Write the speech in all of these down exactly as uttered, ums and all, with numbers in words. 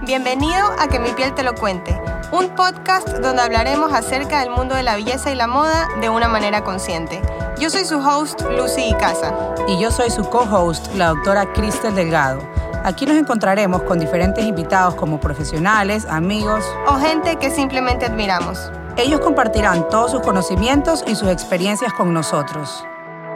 Bienvenido a Que mi piel te lo cuente, un podcast donde hablaremos acerca del mundo de la belleza y la moda de una manera consciente. Yo soy su host, Lucy Icaza. Y yo soy su co-host, la doctora Cristel Delgado. Aquí nos encontraremos con diferentes invitados como profesionales, amigos o gente que simplemente admiramos. Ellos compartirán todos sus conocimientos y sus experiencias con nosotros.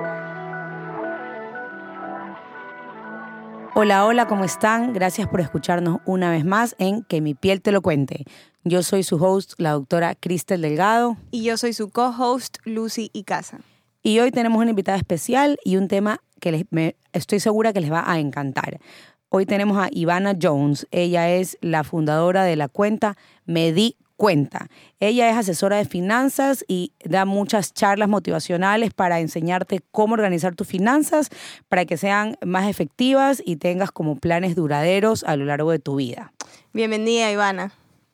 Hola, hola, ¿cómo están? Gracias por escucharnos una vez más en Que mi piel te lo cuente. Yo soy su host, la doctora Cristel Delgado. Y yo soy su co-host, Lucy Icaza. Y hoy tenemos una invitada especial y un tema que les, me, estoy segura que les va a encantar. Hoy tenemos a Ivana Jones. Ella es la fundadora de la cuenta Me Di Cuenta. Ella es asesora de finanzas y da muchas charlas motivacionales para enseñarte cómo organizar tus finanzas para que sean más efectivas y tengas como planes duraderos a lo largo de tu vida. Bienvenida, Ivana.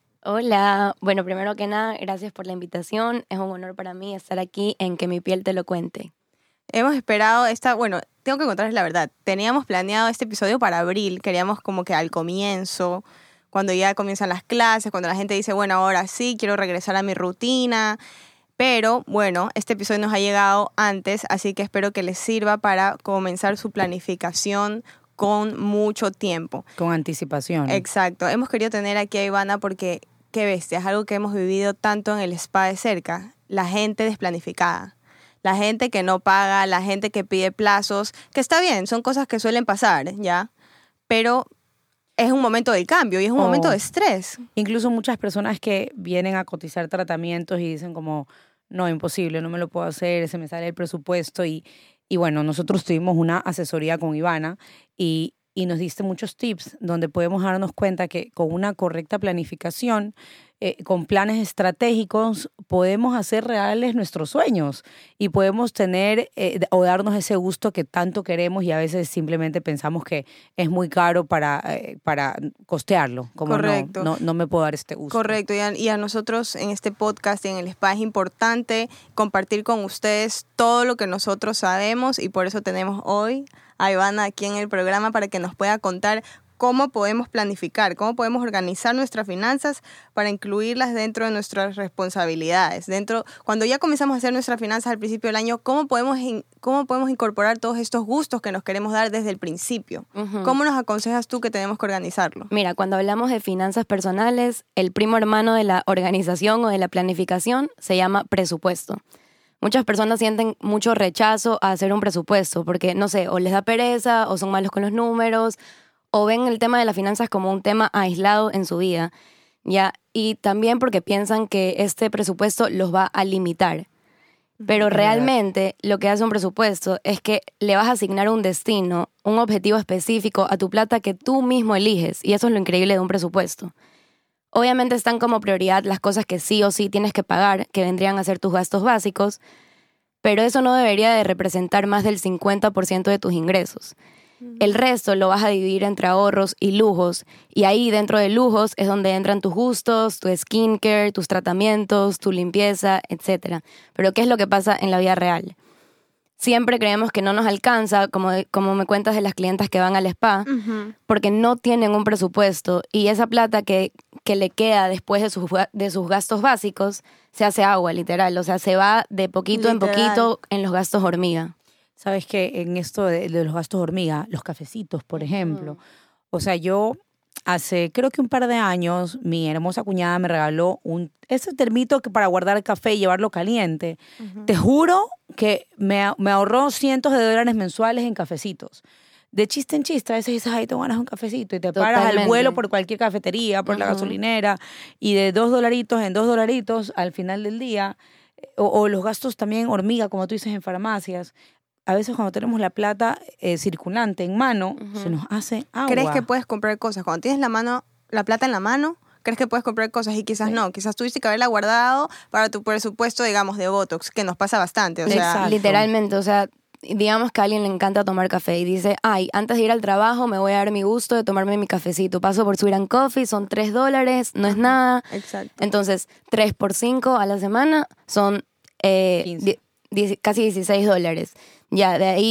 Hola. Bueno, primero que nada, gracias por la invitación. Es un honor para mí estar aquí en Que mi piel te lo cuente. Hemos esperado esta, bueno, tengo que contarles la verdad. Teníamos planeado este episodio para abril. Queríamos como que al comienzo, cuando ya comienzan las clases, cuando la gente dice, bueno, ahora sí, quiero regresar a mi rutina. Pero, bueno, este episodio nos ha llegado antes, así que espero que les sirva para comenzar su planificación con mucho tiempo. Con anticipación. Exacto. Hemos querido tener aquí a Ivana porque, qué bestia, es algo que hemos vivido tanto en el spa de cerca. La gente desplanificada. La gente que no paga, la gente que pide plazos, que está bien, son cosas que suelen pasar, ¿ya? Pero es un momento de cambio y es un oh. momento de estrés. Incluso muchas personas que vienen a cotizar tratamientos y dicen como, no, imposible, no me lo puedo hacer, se me sale el presupuesto. Y, y bueno, nosotros tuvimos una asesoría con Ivana y, y nos diste muchos tips donde podemos darnos cuenta que con una correcta planificación, Eh, con planes estratégicos, podemos hacer reales nuestros sueños y podemos tener eh, o darnos ese gusto que tanto queremos y a veces simplemente pensamos que es muy caro para, eh, para costearlo. Como Correcto. No, no, no me puedo dar este gusto. Correcto. Y a, y a nosotros en este podcast y en el spa es importante compartir con ustedes todo lo que nosotros sabemos y por eso tenemos hoy a Ivana aquí en el programa para que nos pueda contar cómo podemos planificar, cómo podemos organizar nuestras finanzas para incluirlas dentro de nuestras responsabilidades. Dentro, cuando ya comenzamos a hacer nuestras finanzas al principio del año, ¿cómo podemos, cómo podemos incorporar todos estos gustos que nos queremos dar desde el principio? Uh-huh. ¿Cómo nos aconsejas tú que tenemos que organizarlo? Mira, cuando hablamos de finanzas personales, el primo hermano de la organización o de la planificación se llama presupuesto. Muchas personas sienten mucho rechazo a hacer un presupuesto porque, no sé, o les da pereza o son malos con los números, o ven el tema de las finanzas como un tema aislado en su vida, ¿ya? Y también porque piensan que este presupuesto los va a limitar. Pero realmente lo que hace un presupuesto es que le vas a asignar un destino, un objetivo específico a tu plata que tú mismo eliges. Y eso es lo increíble de un presupuesto. Obviamente están como prioridad las cosas que sí o sí tienes que pagar, que vendrían a ser tus gastos básicos, pero eso no debería de representar más del cincuenta por ciento de tus ingresos. El resto lo vas a dividir entre ahorros y lujos, y ahí dentro de lujos es donde entran tus gustos, tu skincare, tus tratamientos, tu limpieza, etcétera. Pero ¿qué es lo que pasa en la vida real? Siempre creemos que no nos alcanza, como, como me cuentas de las clientas que van al spa, uh-huh. porque no tienen un presupuesto y esa plata que, que le queda después de sus, de sus gastos básicos se hace agua, literal. O sea, se va de poquito literal. en poquito en los gastos hormiga. Sabes que en esto de, de los gastos hormiga, los cafecitos, por ejemplo, mm. o sea, yo hace creo que un par de años, mi hermosa cuñada me regaló un ese termito que para guardar el café y llevarlo caliente. Uh-huh. Te juro que me, me ahorró cientos de dólares mensuales en cafecitos. De chiste en chiste, a veces dices, ay, tengo ganas de un cafecito y te Totalmente. paras al vuelo por cualquier cafetería, por uh-huh. la gasolinera y de dos dolaritos en dos dolaritos al final del día, o, o los gastos también hormiga, como tú dices, en farmacias. A veces cuando tenemos la plata eh, circulante en mano, uh-huh. se nos hace agua. ¿Crees que puedes comprar cosas? Cuando tienes la mano, la plata en la mano, ¿crees que puedes comprar cosas? Y quizás sí. no. Quizás tuviste que haberla guardado para tu presupuesto, digamos, de Botox, que nos pasa bastante. O sea, Exacto. Literalmente, o sea, digamos que a alguien le encanta tomar café y dice, ay, antes de ir al trabajo me voy a dar mi gusto de tomarme mi cafecito. Paso por Sweet and Coffee, son tres dólares, no es nada. Exacto. Entonces, tres por cinco a la semana son eh, di- di- casi dieciséis dólares. Ya, de ahí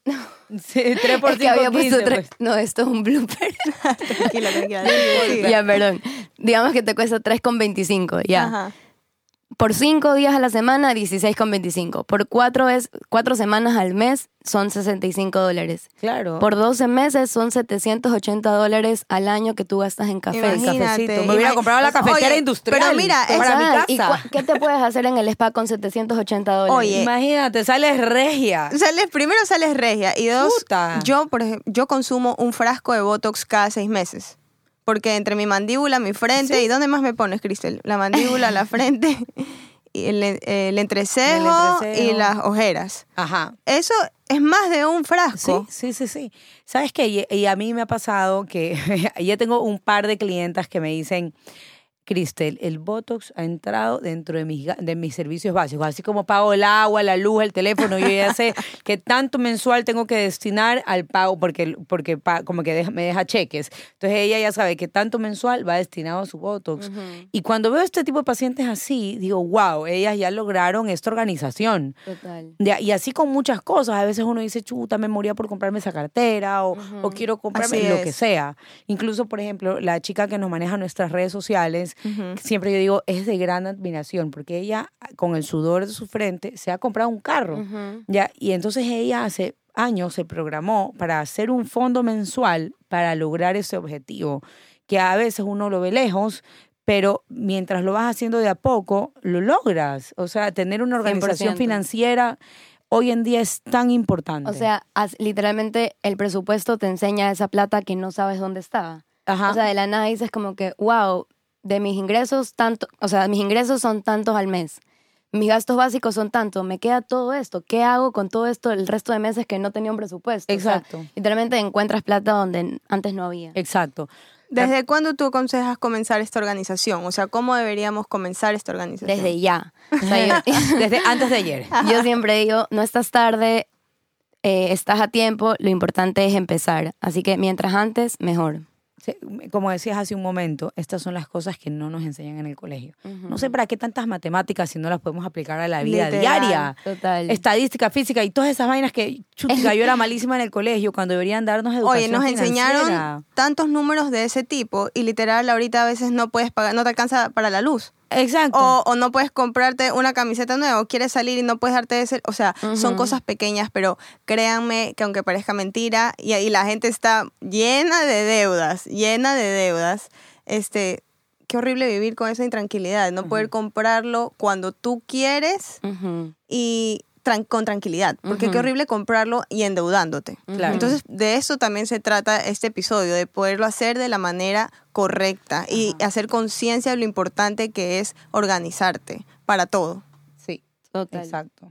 Sí, tres por Es que cinco, había puesto quince, tres. pues. No, esto es un blooper. Tranquila, tranquila. Sí, sí. Ya, perdón. Digamos que te cuesta tres con veinticinco, ya. Ajá. Por cinco días a la semana, dieciséis con veinticinco. Por cuatro, es, cuatro semanas al mes, son sesenta y cinco dólares. Claro. Por doce meses, son setecientos ochenta dólares al año que tú gastas en café. El Imagínate. cafecito. Me hubiera Imag- comprado la cafetera Oye, industrial. pero mira, es- para mi Exacto. ¿Y casa. cu- qué te puedes hacer en el spa con setecientos ochenta dólares? Oye, Imagínate, sales regia. Sales, primero sales regia y dos, Puta. yo por ejemplo, yo consumo un frasco de Botox cada seis meses. Porque entre mi mandíbula, mi frente, ¿y dónde más me pones, Cristel? La mandíbula, la frente, y el, el entrecejo, El entrecejo. y las ojeras. Ajá. Eso es más de un Sí, frasco. sí, sí, sí. ¿Sabes qué? Y, y a mí me ha pasado que ya tengo un par de clientas que me dicen, Cristel, el Botox ha entrado dentro de mis, ga- de mis servicios básicos. Así como pago el agua, la luz, el teléfono, yo ya sé que tanto mensual tengo que destinar al pago porque, porque pa- como que deja- me deja cheques. Entonces ella ya sabe que tanto mensual va destinado a su Botox. Ujú. Y cuando veo este tipo de pacientes así, digo, wow, ellas ya lograron esta organización. Total. Ya, y así con muchas cosas. A veces uno dice, chuta, me moría por comprarme esa cartera o, o quiero comprarme Así lo es. que sea. Incluso, por ejemplo, la chica que nos maneja nuestras redes sociales, Ujú. siempre yo digo, es de gran admiración porque ella, con el sudor de su frente, se ha comprado un carro. Ujú. Ya, y entonces ella hace años se programó para hacer un fondo mensual para lograr ese objetivo, que a veces uno lo ve lejos, pero mientras lo vas haciendo de a poco, lo logras. O sea, tener una organización cien por ciento. financiera hoy en día es tan importante. O sea, as- literalmente el presupuesto te enseña esa plata que no sabes dónde está. Ajá. O sea, de la nada dices como que, wow, de mis ingresos tanto, o sea, mis ingresos son tantos al mes. Mis gastos básicos son tanto, me queda todo esto. ¿Qué hago con todo esto el resto de meses que no tenía un presupuesto? O sea, Exacto. literalmente encuentras plata donde antes no había. Exacto. ¿Desde cuándo tú aconsejas comenzar esta organización? O sea, ¿cómo deberíamos comenzar esta organización? Desde ya. O sea, yo, Desde antes de ayer. yo siempre digo, no estás tarde, eh, estás a tiempo, lo importante es empezar. Así que mientras antes, mejor. Sí, como decías hace un momento, estas son las cosas que no nos enseñan en el colegio. No sé para qué tantas matemáticas si no las podemos aplicar a la vida Literal. diaria. Total. Estadística, física y todas esas vainas que chutica, yo era malísima en el colegio cuando deberían darnos educación Oye, nos enseñaron financiera. tantos números de ese tipo y literal ahorita a veces no puedes pagar, no te alcanza para la luz. Exacto. O, o no puedes comprarte una camiseta nueva, o quieres salir y no puedes darte ese. O sea, son Ujú. cosas pequeñas, pero créanme que aunque parezca mentira, y, y la gente está llena de deudas, llena de deudas, este, qué horrible vivir con esa intranquilidad, no poder comprarlo cuando tú quieres Ujú. y tran- con tranquilidad, porque Ujú. qué horrible comprarlo y endeudándote. Claro. Entonces, de eso también se trata este episodio, de poderlo hacer de la manera correcta y hacer conciencia de lo importante que es organizarte para todo. Sí, Total. exacto.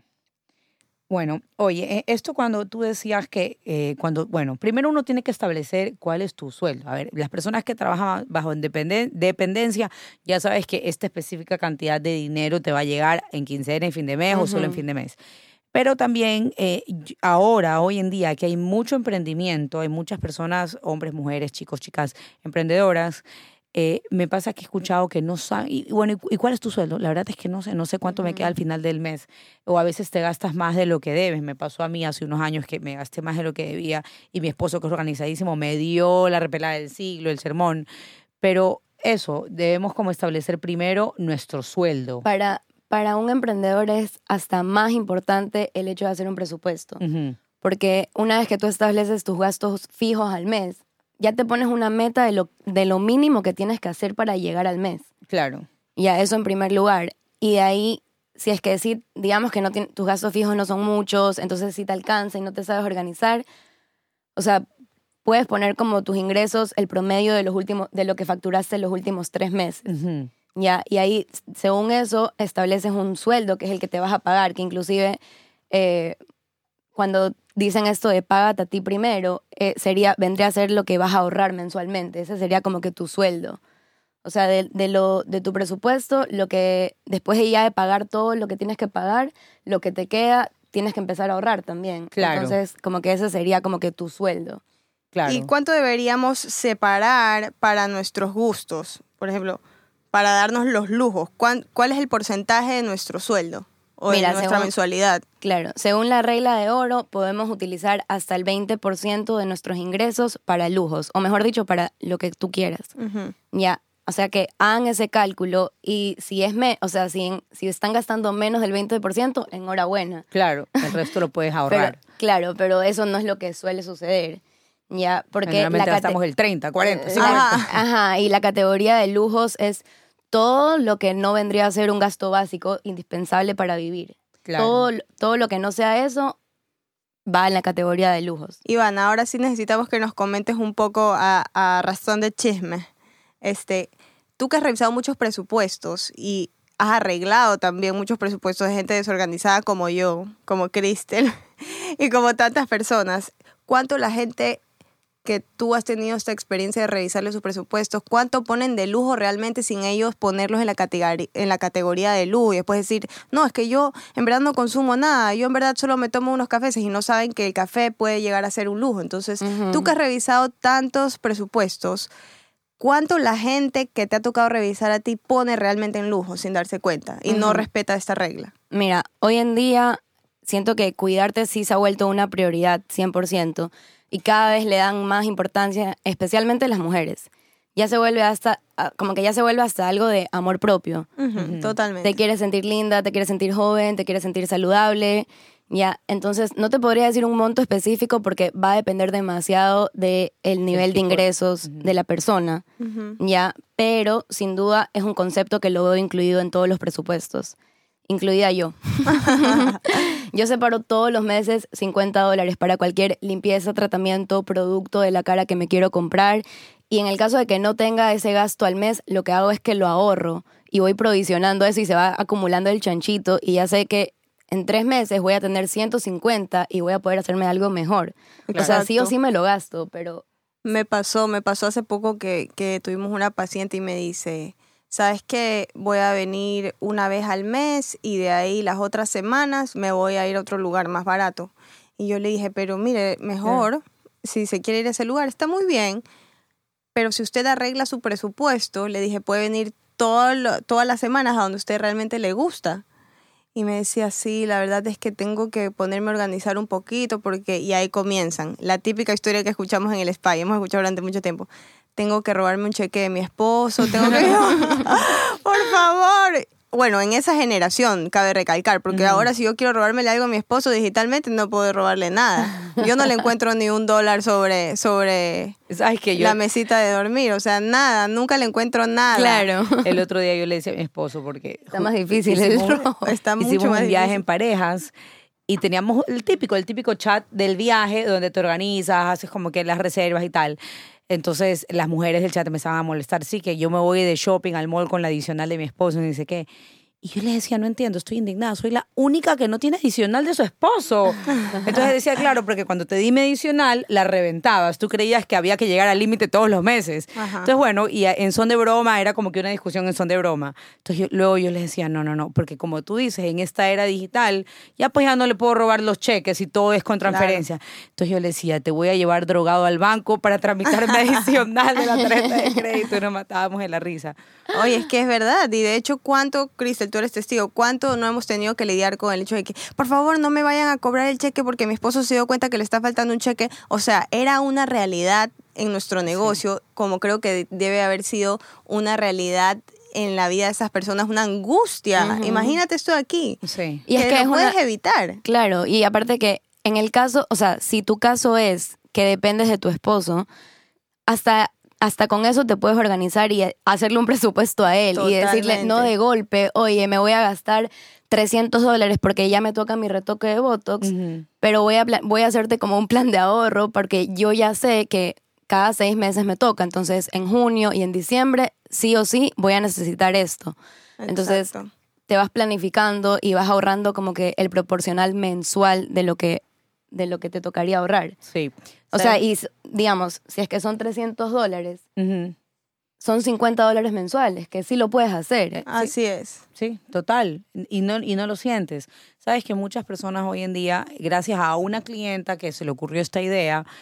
Bueno, oye, eh, esto cuando tú decías que, eh, cuando, bueno, primero uno tiene que establecer cuál es tu sueldo. A ver, las personas que trabajan bajo independen- dependencia, ya sabes que esta específica cantidad de dinero te va a llegar en quincena, en fin de mes o solo en Ujú. fin de mes. Pero también eh, y- ahora, hoy en día, que hay mucho emprendimiento, hay muchas personas, hombres, mujeres, chicos, chicas, emprendedoras, eh, me pasa que he escuchado que no saben, y, y bueno, ¿y, y cuál es tu sueldo? La verdad es que no sé, no sé cuánto me queda al final del mes. O a veces te gastas más de lo que debes. Me pasó a mí hace unos años que me gasté más de lo que debía y mi esposo, que es organizadísimo, me dio la repelada del siglo, el sermón. Pero eso, debemos como establecer primero nuestro sueldo. Para, para un emprendedor es hasta más importante el hecho de hacer un presupuesto. Ujú. Porque una vez que tú estableces tus gastos fijos al mes, ya te pones una meta de lo, de lo mínimo que tienes que hacer para llegar al mes. Claro. Ya, eso en primer lugar. Y de ahí, si es que sí, digamos que no tien- tus gastos fijos no son muchos, entonces si te alcanza y no te sabes organizar, o sea, puedes poner como tus ingresos el promedio de los últimos, de lo que facturaste los últimos tres meses. Ujú. Ya, y ahí, según eso, estableces un sueldo que es el que te vas a pagar, que inclusive eh, cuando dicen esto de págate a ti primero, eh, sería, vendría a ser lo que vas a ahorrar mensualmente. Ese sería como que tu sueldo. O sea, de, de, lo, de tu presupuesto, lo que después de ya de pagar todo lo que tienes que pagar, lo que te queda, tienes que empezar a ahorrar también. Claro. Entonces, como que ese sería como que tu sueldo. Claro. ¿Y cuánto deberíamos separar para nuestros gustos? Por ejemplo, para darnos los lujos. ¿Cuán- ¿Cuál es el porcentaje de nuestro sueldo? o Mira, de nuestra según- mensualidad. Claro, según la regla de oro, podemos utilizar hasta el veinte por ciento de nuestros ingresos para lujos, o mejor dicho, para lo que tú quieras. Ujú. Ya, o sea que hagan ese cálculo y si es me, o sea, si, en- si están gastando menos del veinte por ciento, enhorabuena. Claro, el resto lo puedes ahorrar. Pero, claro, pero eso no es lo que suele suceder. Ya, porque Generalmente la cate- gastamos el treinta, cuarenta, Eh, cincuenta. Ajá. Ajá, y la categoría de lujos es todo lo que no vendría a ser un gasto básico indispensable para vivir. Claro. Todo, todo lo que no sea eso va en la categoría de lujos. Iván, ahora sí necesitamos que nos comentes un poco a, a razón de chisme. Este, tú que has revisado muchos presupuestos y has arreglado también muchos presupuestos de gente desorganizada como yo, como Cristel y como tantas personas, ¿cuánto la gente que tú has tenido esta experiencia de revisarle sus presupuestos, cuánto ponen de lujo realmente sin ellos ponerlos en la categoría, en la categoría de lujo y después decir, no, es que yo en verdad no consumo nada, yo en verdad solo me tomo unos cafés y no saben que el café puede llegar a ser un lujo? Entonces, Ujú. tú que has revisado tantos presupuestos, ¿cuánto la gente que te ha tocado revisar a ti pone realmente en lujo sin darse cuenta y no Ujú. respeta esta regla? Mira, hoy en día siento que cuidarte sí se ha vuelto una prioridad, cien por ciento, y cada vez le dan más importancia, especialmente las mujeres. Ya se vuelve hasta, ah, como que ya se vuelve hasta algo de amor propio. Ujú, totalmente. Te quieres sentir linda, te quieres sentir joven, te quieres sentir saludable, ya. Entonces, no te podría decir un monto específico porque va a depender demasiado del nivel de tipo. ingresos de la persona, Ujú. ya. Pero, sin duda, es un concepto que lo veo incluido en todos los presupuestos, incluida yo. Yo separo todos los meses cincuenta dólares para cualquier limpieza, tratamiento, producto de la cara que me quiero comprar. Y en el caso de que no tenga ese gasto al mes, lo que hago es que lo ahorro y voy provisionando eso y se va acumulando el chanchito y ya sé que en tres meses voy a tener ciento cincuenta y voy a poder hacerme algo mejor. O sea, sí o Exacto. sí me lo gasto, pero Me pasó, me pasó hace poco que, que tuvimos una paciente y me dice, ¿sabes qué? Voy a venir una vez al mes y de ahí las otras semanas me voy a ir a otro lugar más barato. Y yo le dije, pero mire, mejor, si se quiere ir a ese lugar, está muy bien, pero si usted arregla su presupuesto, le dije, puede venir todo lo- todas las semanas a donde usted realmente le gusta. Y me decía, sí, la verdad es que tengo que ponerme a organizar un poquito porque... Y ahí comienzan. La típica historia que escuchamos en el spa y hemos escuchado durante mucho tiempo. Tengo que robarme un cheque de mi esposo, tengo que... ¡Por favor! Bueno, en esa generación cabe recalcar, porque ahora si yo quiero robármele algo a mi esposo digitalmente no puedo robarle nada. Yo no le encuentro ni un dólar sobre, sobre ¿Sabes que yo la mesita de dormir, o sea, nada, nunca le encuentro nada. claro, el otro día yo le decía a mi esposo porque está más difícil el hicimos, robo. Está mucho hicimos más un viaje difícil. en parejas y teníamos el típico, el típico chat del viaje donde te organizas, haces como que las reservas y tal. Entonces las mujeres del chat me estaban a molestar, sí, que yo me voy de shopping al mall con la adicional de mi esposo y dice qué. Y yo le decía, no entiendo, estoy indignada, soy la única que no tiene adicional de su esposo. Entonces decía, claro, porque cuando te di mi adicional, la reventabas. Tú creías que había que llegar al límite todos los meses. Ajá. Entonces, bueno, y en son de broma, era como que una discusión en son de broma. Entonces, yo, luego yo les decía, no, no, no, porque como tú dices, en esta era digital, ya pues ya no le puedo robar los cheques y todo es con transferencia. Entonces yo le decía, te voy a llevar drogado al banco para tramitar mi adicional de la tarjeta de crédito y nos matábamos de la risa. Oye, es que es verdad. Y de hecho, ¿cuánto, Cristel, tú eres testigo, cuánto no hemos tenido que lidiar con el hecho de que, por favor, no me vayan a cobrar el cheque porque mi esposo se dio cuenta que le está faltando un cheque? O sea, era una realidad en nuestro negocio, como creo que debe haber sido una realidad en la vida de esas personas, una angustia. Ujú. Imagínate esto de aquí. Sí. Y es que que lo es puedes una- evitar. Claro, y aparte que en el caso, o sea, si tu caso es que dependes de tu esposo, hasta, hasta con eso te puedes organizar y hacerle un presupuesto a él y decirle, Totalmente. no de golpe, oye, me voy a gastar trescientos dólares porque ya me toca mi retoque de Botox, Ujú. pero voy a, pla- voy a hacerte como un plan de ahorro porque yo ya sé que cada seis meses me toca, entonces en junio y en diciembre sí o sí voy a necesitar esto. Entonces Exacto. te vas planificando y vas ahorrando como que el proporcional mensual de lo que, de lo que te tocaría ahorrar. Sí. O sea, y s- digamos, si es que son trescientos dólares, Ujú. son cincuenta dólares mensuales, que sí lo puedes hacer. Así es. Sí, total. Y no, y no lo sientes. Sabes que muchas personas hoy en día, gracias a una clienta que se le ocurrió esta idea,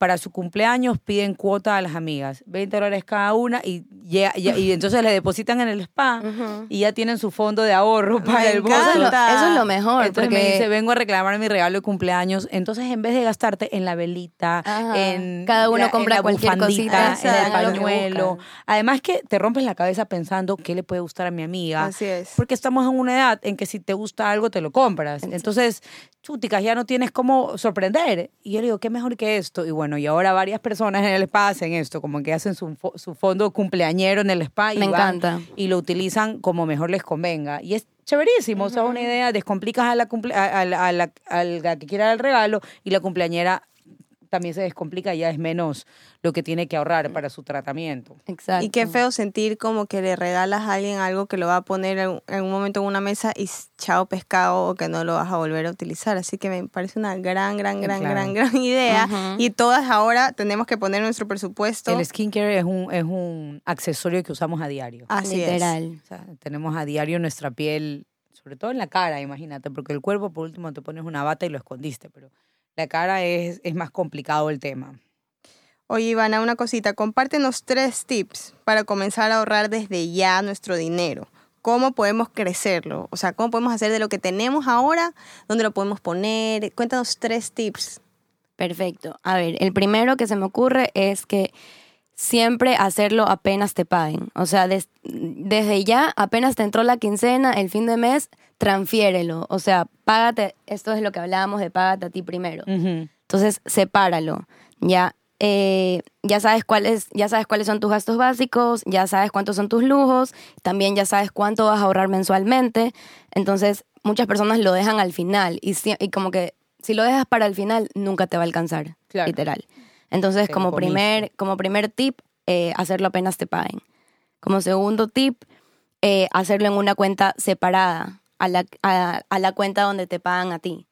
para su cumpleaños piden cuota a las amigas, veinte dólares cada una, y, ya, ya, y entonces le depositan en el spa Ujú. y ya tienen su fondo de ahorro para Me el encanta. Eso es, lo, bozo. eso es lo mejor. Entonces porque... me dice, vengo a reclamar mi regalo de cumpleaños. Entonces, en vez de gastarte en la velita, Ajá. en Cada uno la, compra en la cualquier bufandita, cosita, en el hagan lo que pañuelo. buscan. Además que te rompes la cabeza pensando qué le puede gustar a mi amiga. Así es. Porque estamos en una edad en que si te gusta algo, te lo compras. Entonces, chúticas, ya no tienes cómo sorprender. Y yo le digo, ¿qué mejor que esto? Y bueno, y ahora varias personas en el spa hacen esto, como que hacen su, fo- su fondo cumpleañero en el spa y Me van encanta. y lo utilizan como mejor les convenga. Y es chéverísimo, o sea, una idea, descomplicas a la, cumple- a, a la, a la- a la que quiera el regalo y la cumpleañera también se descomplica, ya es menos lo que tiene que ahorrar para su tratamiento. Exacto. Y qué feo sentir como que le regalas a alguien algo que lo va a poner en, en un momento en una mesa y s- chao pescado, o que no lo vas a volver a utilizar. Así que me parece una gran, gran, gran, Claro. gran, gran idea. Ujú. Y todas ahora tenemos que poner nuestro presupuesto. El skincare es un, es un accesorio que usamos a diario. Así es. Literal. O sea, tenemos a diario nuestra piel, sobre todo en la cara, imagínate, porque el cuerpo por último te pones una bata y lo escondiste, pero la cara es, es más complicado el tema. Oye, Ivana, una cosita. Compártenos tres tips para comenzar a ahorrar desde ya nuestro dinero. ¿Cómo podemos crecerlo? O sea, ¿cómo podemos hacer de lo que tenemos ahora? ¿Dónde lo podemos poner? Cuéntanos tres tips. Perfecto. A ver, el primero que se me ocurre es que siempre hacerlo apenas te paguen. O sea, des- desde ya, apenas te entró la quincena, el fin de mes, transfiérelo. O sea, págate, esto es lo que hablábamos de págate a ti primero. Ujú. Entonces, sepáralo. Ya, eh, ya sabes cuáles, ya sabes cuáles son tus gastos básicos, ya sabes cuántos son tus lujos, también ya sabes cuánto vas a ahorrar mensualmente. Entonces, muchas personas lo dejan al final y, si- y como que si lo dejas para el final, nunca te va a alcanzar, Claro. literal. Entonces, Te lo como comiste. primer, como primer tip, eh, hacerlo apenas te paguen. Como segundo tip, eh, hacerlo en una cuenta separada a la, a, a la cuenta donde te pagan a ti.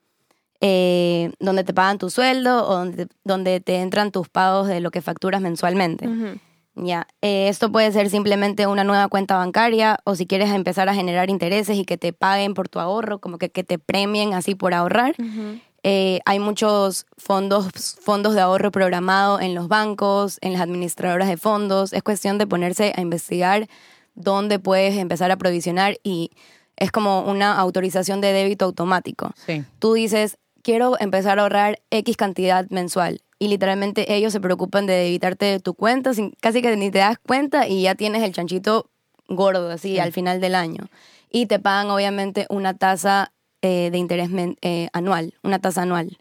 Eh, donde te pagan tu sueldo o donde, donde te entran tus pagos de lo que facturas mensualmente. Ujú. Ya, eh, esto puede ser simplemente una nueva cuenta bancaria o si quieres empezar a generar intereses y que te paguen por tu ahorro, como que, que te premien así por ahorrar. Ujú. Eh, hay muchos fondos, fondos de ahorro programado en los bancos, en las administradoras de fondos. Es cuestión de ponerse a investigar dónde puedes empezar a provisionar y es como una autorización de débito automático. Sí. Tú dices, quiero empezar a ahorrar X cantidad mensual. Y literalmente ellos se preocupan de debitarte de tu cuenta, sin, casi que ni te das cuenta y ya tienes el chanchito gordo así Sí. al final del año. Y te pagan obviamente una tasa eh, de interés men- eh, anual, una tasa anual.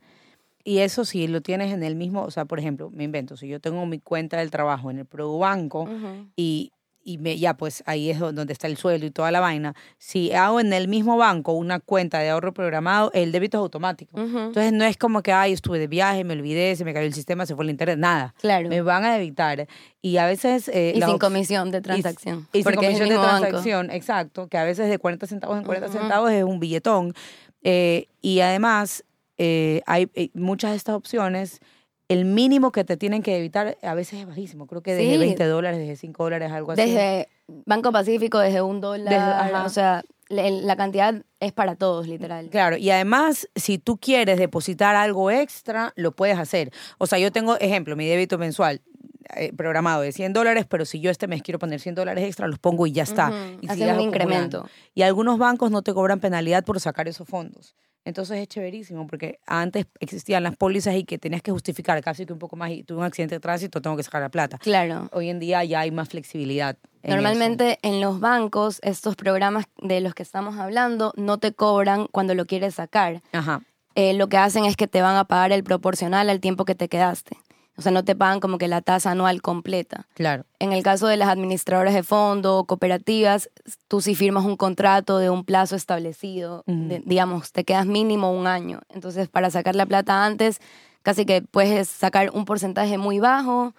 Y eso si lo tienes en el mismo, o sea, por ejemplo, me invento, si yo tengo mi cuenta del trabajo en el Produbanco Ujú. y, y me, ya pues ahí es donde está el sueldo y toda la vaina, si hago en el mismo banco una cuenta de ahorro programado, el débito es automático. Ujú. Entonces no es como que, ay, estuve de viaje, me olvidé, se me cayó el sistema, se fue el internet, nada. Claro. Me van a debitar. Y a veces... eh, Y las sin op- comisión de transacción. Y, y sin porque es el comisión de mismo banco. transacción, exacto, que a veces de cuarenta centavos en cuarenta Ujú. centavos es un billetón. Eh, y además, eh, hay eh, muchas de estas opciones, el mínimo que te tienen que debitar a veces es bajísimo. Creo que desde Sí. veinte dólares, desde cinco dólares, algo así. Desde Banco Pacífico, desde un dólar. Desde- ajá. O sea, le- la cantidad es para todos, literal. Claro, y además, si tú quieres depositar algo extra, lo puedes hacer. O sea, yo tengo, ejemplo, mi débito mensual eh, programado de cien dólares, pero si yo este mes quiero poner cien dólares extra, los pongo y ya está. Ujú. Y Haces sigues un acumulando. incremento. Y algunos bancos no te cobran penalidad por sacar esos fondos. Entonces es chéverísimo, porque antes existían las pólizas y que tenías que justificar casi que un poco más, y tuve un accidente de tránsito, tengo que sacar la plata. Claro. Hoy en día ya hay más flexibilidad. en Normalmente en los bancos, estos programas de los que estamos hablando no te cobran cuando lo quieres sacar. eso. Ajá. Eh, lo que hacen es que te van a pagar el proporcional al tiempo que te quedaste. O sea, no te pagan como que la tasa anual completa. Claro. En el caso de las administradoras de fondo o cooperativas, tú sí firmas un contrato de un plazo establecido, Ujú. de- digamos, te quedas mínimo un año. Entonces, para sacar la plata antes, casi que puedes sacar un porcentaje muy bajo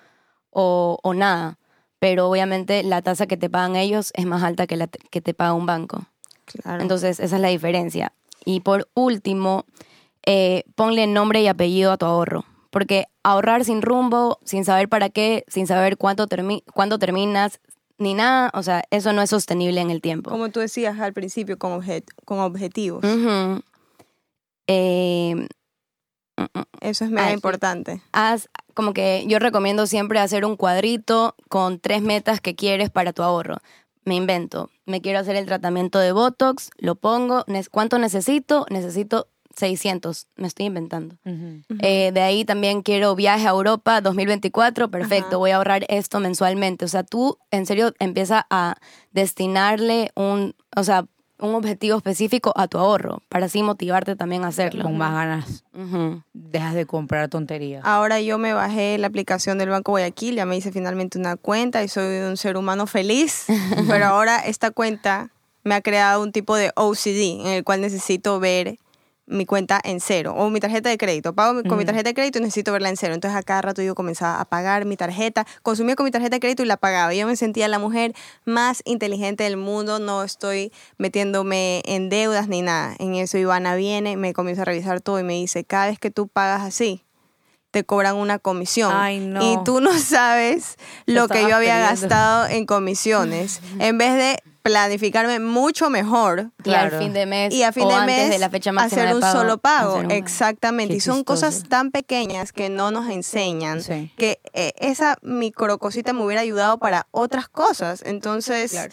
o, o nada. Pero obviamente la tasa que te pagan ellos es más alta que la te- que te paga un banco. Claro. Entonces, esa es la diferencia. Y por último, eh, ponle nombre y apellido a tu ahorro. Porque ahorrar sin rumbo, sin saber para qué, sin saber cuánto termi- cuándo terminas, ni nada, o sea, eso no es sostenible en el tiempo. Como tú decías al principio, con, objet- con objetivos. Ujú. Eh, mm, mm. Eso es mega Ay, sí. importante. Haz, como que yo recomiendo siempre hacer un cuadrito con tres metas que quieres para tu ahorro. Me invento, me quiero hacer el tratamiento de Botox, lo pongo, ne- ¿cuánto necesito? Necesito seiscientos, me estoy inventando. Ujú. Eh, de ahí también quiero viaje a Europa dos mil veinticuatro, perfecto, Ajá. voy a ahorrar esto mensualmente. O sea, tú en serio empieza a destinarle un, o sea, un objetivo específico a tu ahorro para así motivarte también a hacerlo. Con más ganas Ujú. dejas de comprar tonterías. Ahora yo me bajé la aplicación del Banco Guayaquil, ya me hice finalmente una cuenta y soy un ser humano feliz, pero ahora esta cuenta me ha creado un tipo de O C D en el cual necesito ver mi cuenta en cero o mi tarjeta de crédito. Pago mi- con mi Ujú. tarjeta de crédito y necesito verla en cero. Entonces a cada rato yo comenzaba a pagar mi tarjeta, consumía con mi tarjeta de crédito y la pagaba. Yo me sentía la mujer más inteligente del mundo, no estoy metiéndome en deudas ni nada. En eso Ivana viene, me comienza a revisar todo y me dice, cada vez que tú pagas así, te cobran una comisión. Ay, no. Y tú no sabes Te lo que yo estabas había perdiendo. gastado en comisiones. En vez de planificarme mucho mejor Y al Claro. fin de mes y a fin o de antes mes de la fecha máxima hacer de un pago, solo pago. hacer un- Exactamente. Qué Y son chistoso. cosas tan pequeñas que no nos enseñan Sí. que eh, esa microcosita me hubiera ayudado para otras cosas. Entonces, Claro.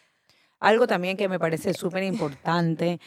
Algo también que me parece súper importante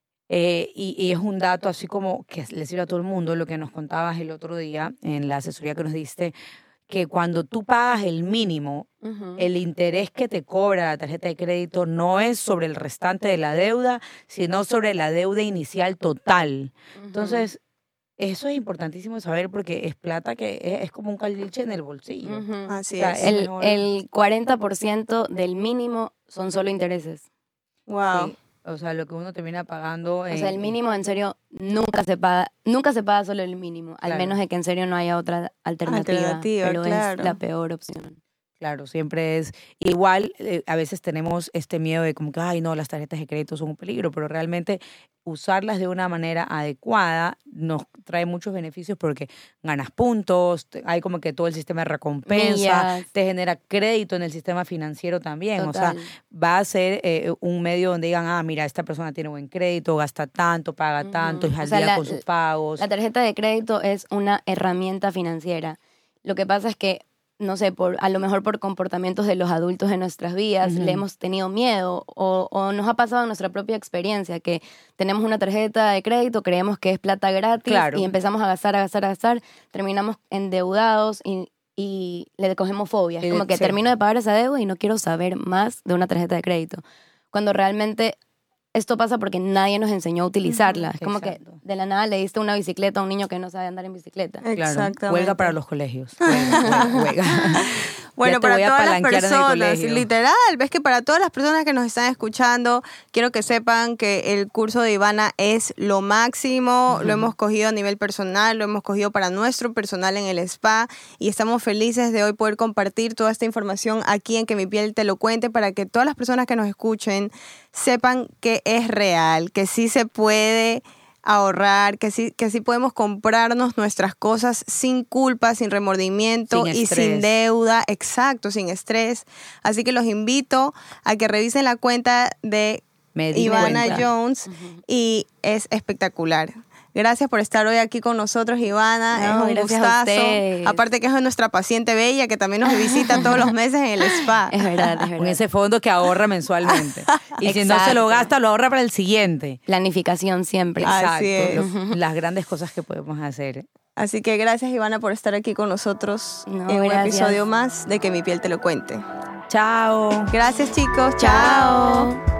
eh, y, y es un dato así como que le sirve a todo el mundo, lo que nos contabas el otro día en la asesoría que nos diste, que cuando tú pagas el mínimo, Ujú. el interés que te cobra la tarjeta de crédito no es sobre el restante de la deuda, sino sobre la deuda inicial total. Entonces, eso es importantísimo saber porque es plata que es, es como un caliche en el bolsillo. Ujú. así O sea, es. es El, mejor. el cuarenta por ciento del mínimo son solo intereses. Wow. Sí, o sea, lo que uno termina pagando. O sea, el en- mínimo en serio nunca se paga, nunca se paga solo el mínimo, al Claro. menos de que en serio no haya otra alternativa, Alternativa, pero claro. es la peor opción. Claro, siempre es igual. eh, a veces tenemos este miedo de como que, ay, no, las tarjetas de crédito son un peligro, pero realmente usarlas de una manera adecuada nos trae muchos beneficios porque ganas puntos, te- hay como que todo el sistema de recompensa, Millas. te genera crédito en el sistema financiero también. O sea, Total. va a ser eh, un medio donde digan, ah, mira, esta persona tiene buen crédito, gasta tanto, paga Ujú. tanto, es O al sea, día la- con sus pagos. La tarjeta de crédito es una herramienta financiera. Lo que pasa es que, no sé, por, a lo mejor por comportamientos de los adultos en nuestras vidas, Ujú. le hemos tenido miedo o, o nos ha pasado en nuestra propia experiencia que tenemos una tarjeta de crédito, creemos que es plata gratis Claro. y empezamos a gastar, a gastar, a gastar, terminamos endeudados y, y le cogemos fobia. Y Es de- como que sí. termino de pagar esa deuda y no quiero saber más de una tarjeta de crédito. Cuando realmente esto pasa porque nadie nos enseñó a utilizarla. Ujú, Es como exacto. que de la nada le diste una bicicleta a un niño que no sabe andar en bicicleta. Claro, Exactamente. huelga para los colegios. Huelga, huelga, huelga. Bueno, Ya te para voy a todas las palanquear en el personas, colegio. literal, ves que para todas las personas que nos están escuchando, quiero que sepan que el curso de Ivana es lo máximo, Ujú. lo hemos cogido a nivel personal, lo hemos cogido para nuestro personal en el spa y estamos felices de hoy poder compartir toda esta información aquí en Que Mi Piel Te Lo Cuente para que todas las personas que nos escuchen sepan que es real, que sí se puede ahorrar, que sí, que sí podemos comprarnos nuestras cosas sin culpa, sin remordimiento Sin y estrés. sin deuda, exacto, sin estrés. Así que los invito a que revisen la cuenta de Me di Ivana cuenta. Jones y es espectacular. Gracias por estar hoy aquí con nosotros, Ivana. No, es un gracias a gustazo. ustedes. Aparte que es nuestra paciente bella que también nos visita todos los meses en el spa. Es verdad, es Con verdad. ese fondo que ahorra mensualmente. Y si no se lo Exacto. gasta, lo ahorra para el siguiente. Planificación siempre. Así Exacto. es. Lo- las grandes cosas que podemos hacer. Así que gracias, Ivana, por estar aquí con nosotros No, en un gracias. episodio más de Que Mi Piel Te Lo Cuente. Chao. Gracias, chicos. Chao. Chao.